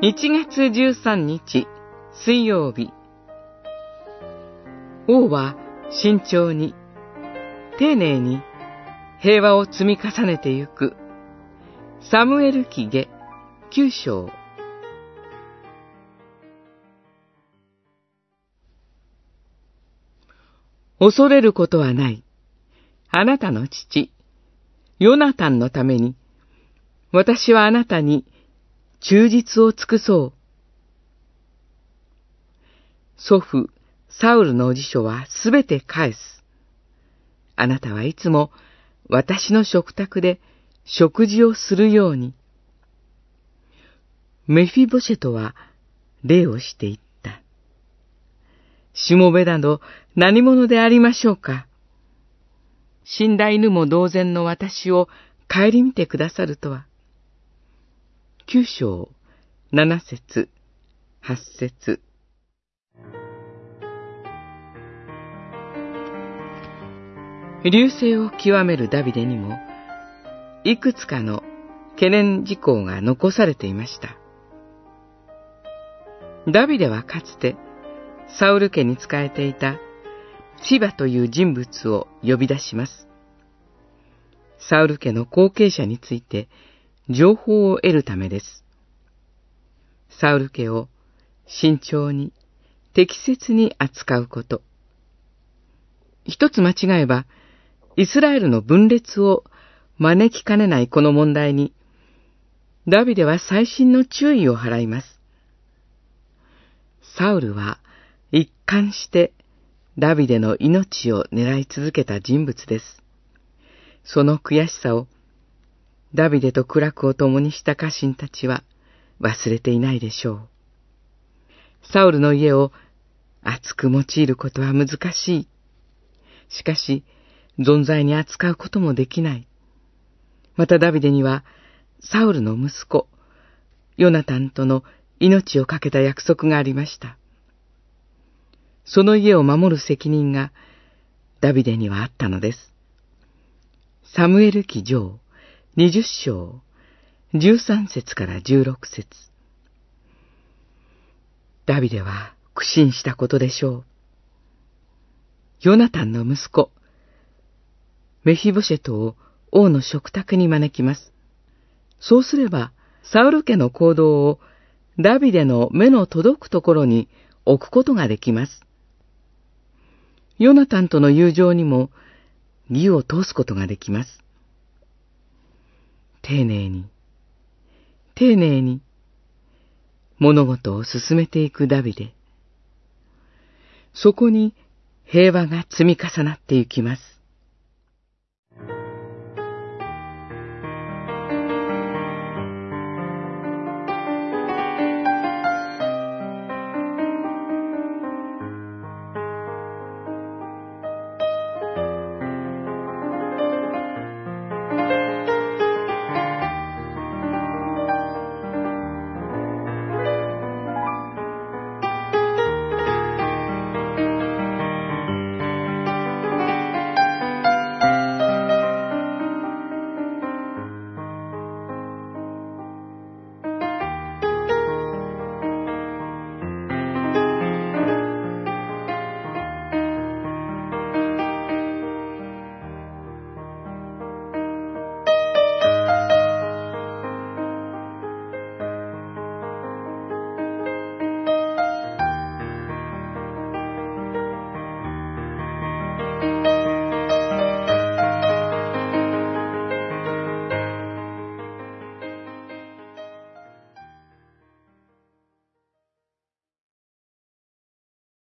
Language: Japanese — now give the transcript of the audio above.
1月13日水曜日。王は慎重に、丁寧に平和を積み重ねてゆく。サムエル記下9章。恐れることはない。あなたの父、ヨナタンのために、私はあなたに忠実を尽くそう。祖父、サウルの辞書はすべて返す。あなたはいつも私の食卓で食事をするように。メフィボシェトは礼をしていった。しもべなど何者でありましょうか。死んだ犬も同然の私を顧みてくださるとは。9章7節8節。隆盛を極めるダビデにも、いくつかの懸念事項が残されていました。ダビデはかつて、サウル家に仕えていたシバという人物を呼び出します。サウル家の後継者について情報を得るためです。サウル家を慎重に、適切に扱うこと。一つ間違えば、イスラエルの分裂を招きかねないこの問題に、ダビデは細心の注意を払います。サウルは一貫してダビデの命を狙い続けた人物です。その悔しさをダビデと苦楽を共にした家臣たちは忘れていないでしょう。サウルの家を熱く用いることは難しい。しかし、存在に扱うこともできない。またダビデには、サウルの息子、ヨナタンとの命を懸けた約束がありました。その家を守る責任が、ダビデにはあったのです。サムエル記上20章13節から16節。ダビデは苦心したことでしょう。ヨナタンの息子、メフィボシェトを王の食卓に招きます。そうすれば、サウル家の行動をダビデの目の届くところに置くことができます。ヨナタンとの友情にも義を通すことができます。丁寧に、丁寧に、物事を進めていくダビデ。そこに平和が積み重なっていきます。